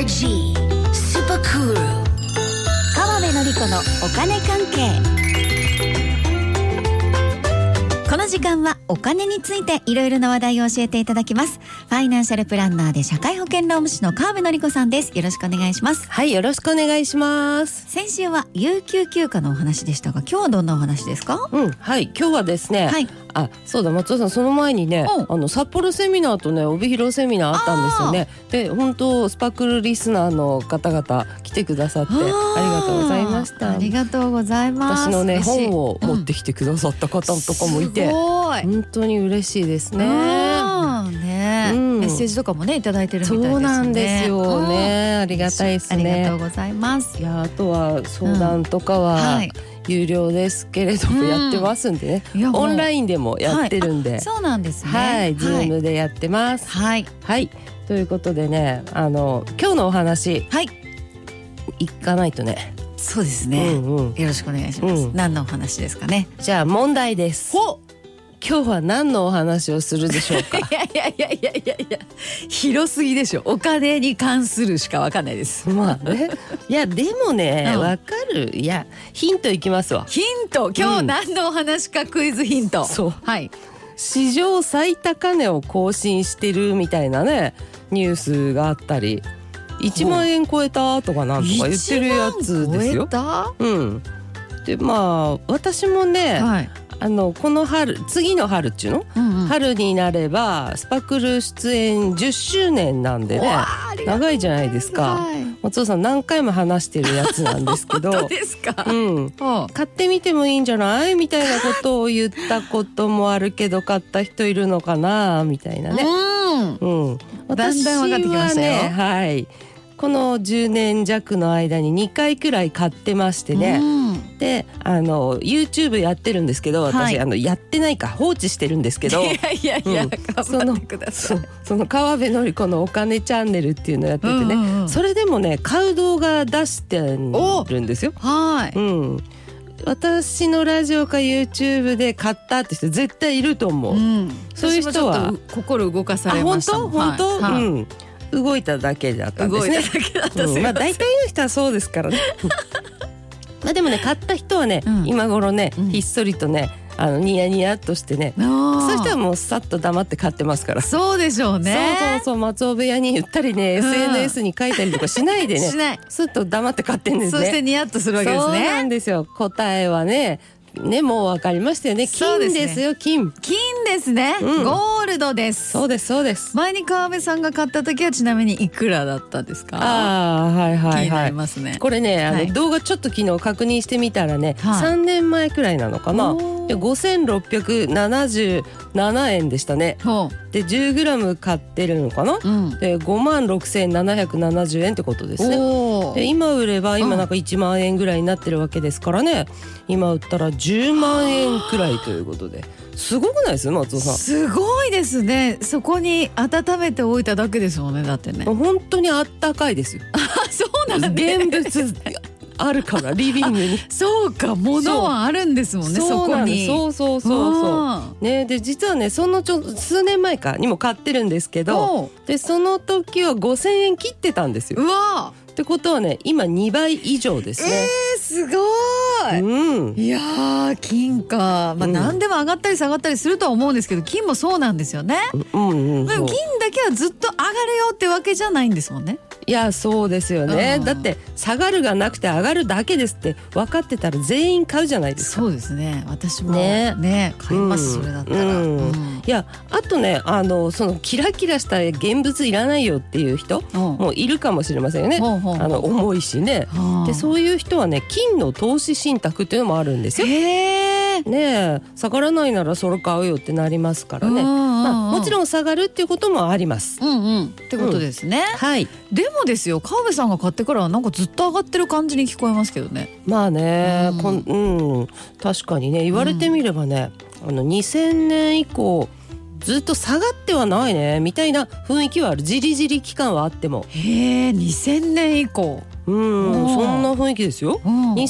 SRG Super Cool 川辺典子のお金関係。この時間はお金についていろいろな話題を教えていただきます。ファイナンシャルプランナーで社会保険労務士の川辺典子さんです。よろしくお願いします。 はい、よろしくお願いします。 先週は有給休暇のお話でしたが、今日はどんなお話ですか？ はい、今日はですね、 はい、 そうだ、松尾さん、その前にね、札幌セミナーとね、帯広セミナーあったんですよね。で、本当スパクルリスナーの方々来てくださってありがとうございました。 ありがとうございます。 私のね、本を持ってきてくださった方とかもいて、 すごい本当に嬉しいですね。 メッセージとかもねいただいてるみたいですね。 そうなんですよね。ありがたいですね。 ありがとうございます。 いや、あとは相談とかは、有料ですけれどもやってますんでね、オンラインでもやってるんで、 そうなんですね。 はい、Zoom でやってます。はい、ということでね、今日のお話、行かないとね。 そうですね、よろしくお願いします。何のお話ですかね。 じゃあ問題です。今日は何のお話をするでしょうか。 いや広すぎでしょ。お金に関するしかわかんないです。 まあね。いやでもね、わかる。いや、ヒントいきますわ。 ヒント、今日何のお話か、クイズヒント。 そう、史上最高値を更新してるみたいなねニュースがあったり、1万円超えたとかなんとか言ってるやつですよ。で、まあ私もね、この春、次の春っちゅうの、春になればスパクル出演10周年なんでね、長いじゃないですか。松尾さん何回も話してるやつなんですけど本当ですか？ 買ってみてもいいんじゃないみたいなことを言ったこともあるけど、買った人いるのかなみたいなね。 だんだん分かってきましたよ。 私はね、この10年弱の間に2回くらい買ってましてね、でYouTube やってるんですけど、私、やってないか放置してるんですけど、頑張ってください。その川辺典子のお金チャンネルっていうのをやっててね、それでもね買う動画出してるんですよ。私のラジオか YouTube で買ったって人絶対いると思う。そういう人は心動かされました。 本当動いただけだったんですね。大体の人はそうですからね。でもね、買った人はね、今頃ね、ひっそりとね、ニヤニヤっとしてね、そういう人はもうさっと黙って買ってますから。 そうでしょうね。 そう松尾部屋に言ったりね、SNS に書いたりとかしないでね、すっと黙って買ってんですね。 そしてニヤッとするわけですね。 そうなんですよ。答えはね、もう分かりましたよね。金ですよ。金ですね。ゴールドです。 そうです前に川辺さんが買った時はちなみにいくらだったんですか？気になりますね。 これね、動画ちょっと昨日確認してみたらね、3年前くらいなのかな。で、5677円でしたね。で、10g 買ってるのかな。で、56,770円ってことですね。で、今売れば今なんか1万円ぐらいになってるわけですからね、今売ったら10万円くらいということで、すごくないです松尾さん？ すごいですね。そこに温めておいただけですもんね。だってね、 本当にあったかいですよ。 そうなんです。 現物あるからリビングに。 そうか、物はあるんですもんね。そこに。 そうね。で、実はね、その数年前かにも買ってるんですけど、でその時は5,000円切ってたんですよ。ってことはね、今2倍以上ですね。 すごい。いやー、金か。何でも上がったり下がったりするとは思うんですけど、金もそうなんですよね。でも金だけはずっと上がるよってわけじゃないんですもんね。 いや、そうですよね。だって下がるがなくて上がるだけですって分かってたら全員買うじゃないですか。 そうですね。私もね買います、それだったら。 いや、あとね、そのキラキラした現物いらないよっていう人もいるかもしれませんよね。重いしね。で、そういう人はね、金の投資信託っていうのもあるんですよ。下がらないならそれ買うよってなりますからね。もちろん下がるっていうこともあります。 ってことですね。でもですよ、川辺さんが買ってからはなんかずっと上がってる感じに聞こえますけどね。 まあね、確かにね、言われてみればね、2000年以降ずっと下がってはないねみたいな雰囲気はある。じりじり期間はあっても。 2000年以降。 そんな雰囲気です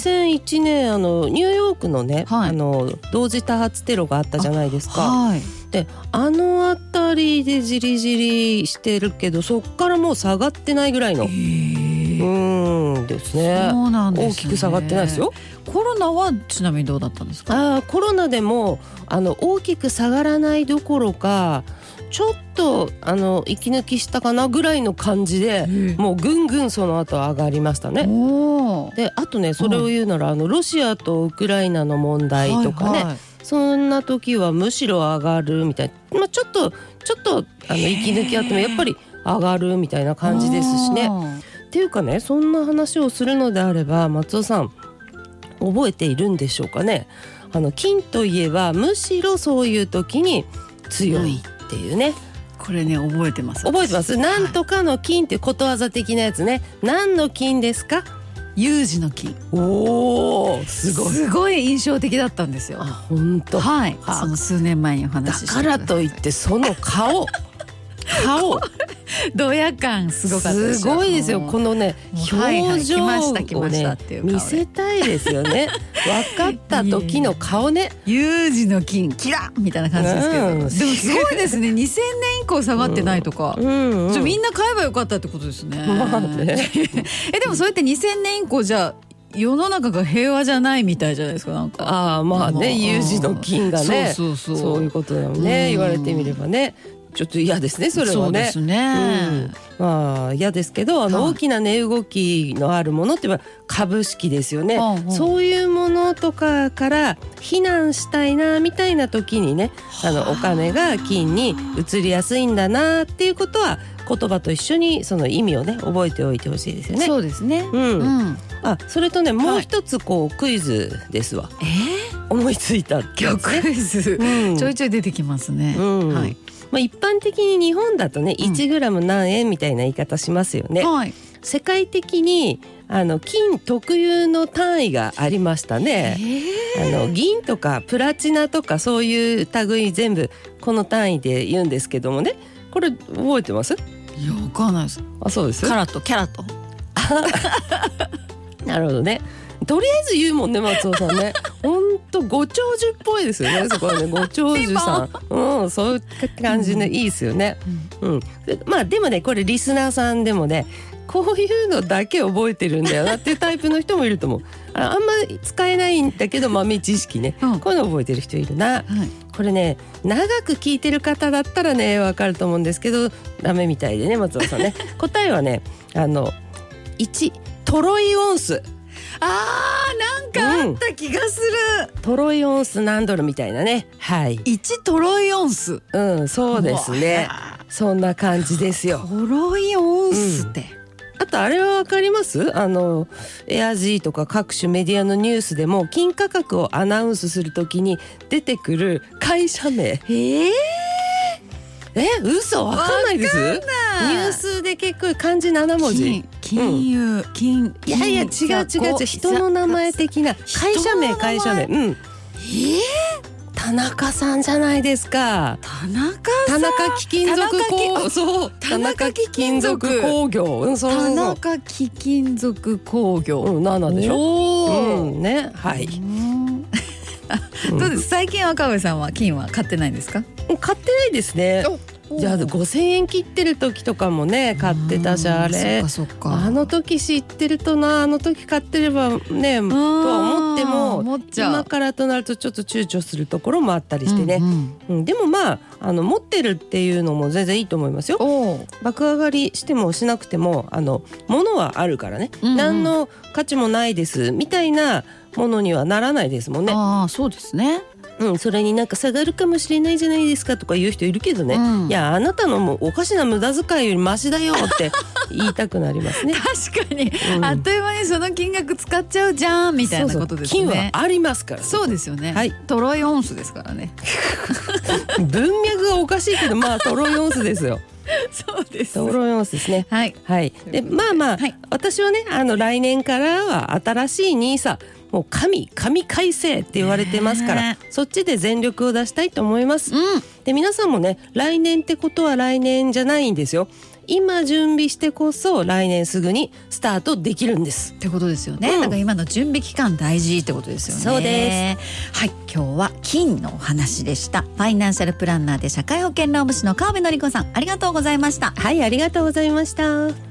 よ。2001年ニューヨークのね、同時多発テロがあったじゃないですか。 であの辺りでじりじりしてるけど、そっからもう下がってないぐらいのですね。 そうなんですね。 大きく下がってないですよ。 コロナはちなみにどうだったんですか？ コロナでも大きく下がらないどころか、ちょっと息抜きしたかなぐらいの感じで、もうぐんぐんその後上がりましたね。であとね、それを言うならロシアとウクライナの問題とかね、はいはい、そんな時はむしろ上がるみたいな、ちょっと息抜きあってもやっぱり上がるみたいな感じですしね。っていうかね、そんな話をするのであれば松尾さん覚えているんでしょうかね。金といえばむしろそういう時に強いっていうね、 これね覚えてます。 覚えてます。なんとかの金ってことわざ的なやつね。何の金ですか？ 有事の金。 おー、すごい印象的だったんですよ。 本当。 はい。その数年前にお話しした。 だからといってその顔ドヤ感すごかったですよ。 すごいですよ。このね表情をね見せたいですよね。分かった時の顔ね。 有事の金キラッみたいな感じですけど、でもすごいですね。2000年以降下がってないとか、みんな買えばよかったってことですね。 まあねでもそうやって2000年以降じゃ世の中が平和じゃないみたいじゃないですか。なんかまあね、有事の金がね、そういうことだよね。言われてみればね、ちょっと嫌ですね、それはね。 そうですね。 まあ嫌ですけど、大きな値動きのあるものって言えば株式ですよね。そういうものとかから避難したいなみたいな時にね、お金が金に移りやすいんだなっていうことは言葉と一緒にその意味をね覚えておいてほしいですよね。 そうですね。 それとね、もう一つクイズですわ。思いついた今日クイズ、ちょいちょい出てきますね。はい。 一般的に日本だとね 1g 何円みたいな言い方しますよね。世界的に金特有の単位がありましたね。銀とかプラチナとかそういう類全部この単位で言うんですけどもね、これ覚えてます？ いや、わかんないです。 そうです。 カラットキャラットなるほどね。とりあえず言うもんね、松尾さんね。ほんとご長寿っぽいですよね。そこはね、ご長寿さん。そういう感じね、いいですよね。でもね、これリスナーさんでもね、こういうのだけ覚えてるんだよなっていうタイプの人もいると思う。あんまり使えないんだけど豆知識ね、こういうの覚えてる人いるな。これね、長く聞いてる方だったらねわかると思うんですけど、ダメみたいでね、松尾さんね。答えはね、1トロイオンス。 なんかあった気がする。 トロイオンス何ドルみたいなね。はい。 1トロイオンス。 そうですね。そんな感じですよ。 トロイオンスって。 あとあれはわかります？エアジーとか各種メディアのニュースでも金価格をアナウンスするときに出てくる会社名。嘘？わかんないです？ニュースで結構漢字7文字。 金融、金。 いや違う人の名前的な会社名。田中さんじゃないですか。田中貴金属田中貴金属工業。 田中貴金属工業。 7でしょ。ね、はい。 どうです？最近赤上さんは金は買ってないんですか？ 買ってないですね。じゃあ5000円切ってる時とかもね買ってたし、あれあの時知ってるとな、あの時買ってればねとは思っても、今からとなるとちょっと躊躇するところもあったりしてね。でも持ってるっていうのも全然いいと思いますよ。爆上がりしてもしなくても物はあるからね、何の価値もないですみたいなものにはならないですもんね。 そうですね。 それになんか下がるかもしれないじゃないですかとか言う人いるけどね、いやあなたのもおかしな無駄遣いよりマシだよって言いたくなりますね。 確かに、あっという間にその金額使っちゃうじゃんみたいなことですね。 金はありますから。 そうですよね。トロイオンスですからね。 文脈がおかしいけどトロイオンスですよ。 そうです。 トロイオンスですね。はい。で私はね来年からは新しいNISA、もう神改正って言われてますから、そっちで全力を出したいと思います。で皆さんもね、来年ってことは来年じゃないんですよ。 今準備してこそ来年すぐにスタートできるんですってことですよね、だから今の準備期間大事ってことですよね。 そうです。 はい、今日は金のお話でした。ファイナンシャルプランナーで社会保険労務士の川辺典子さん、ありがとうございました。 はい、ありがとうございました。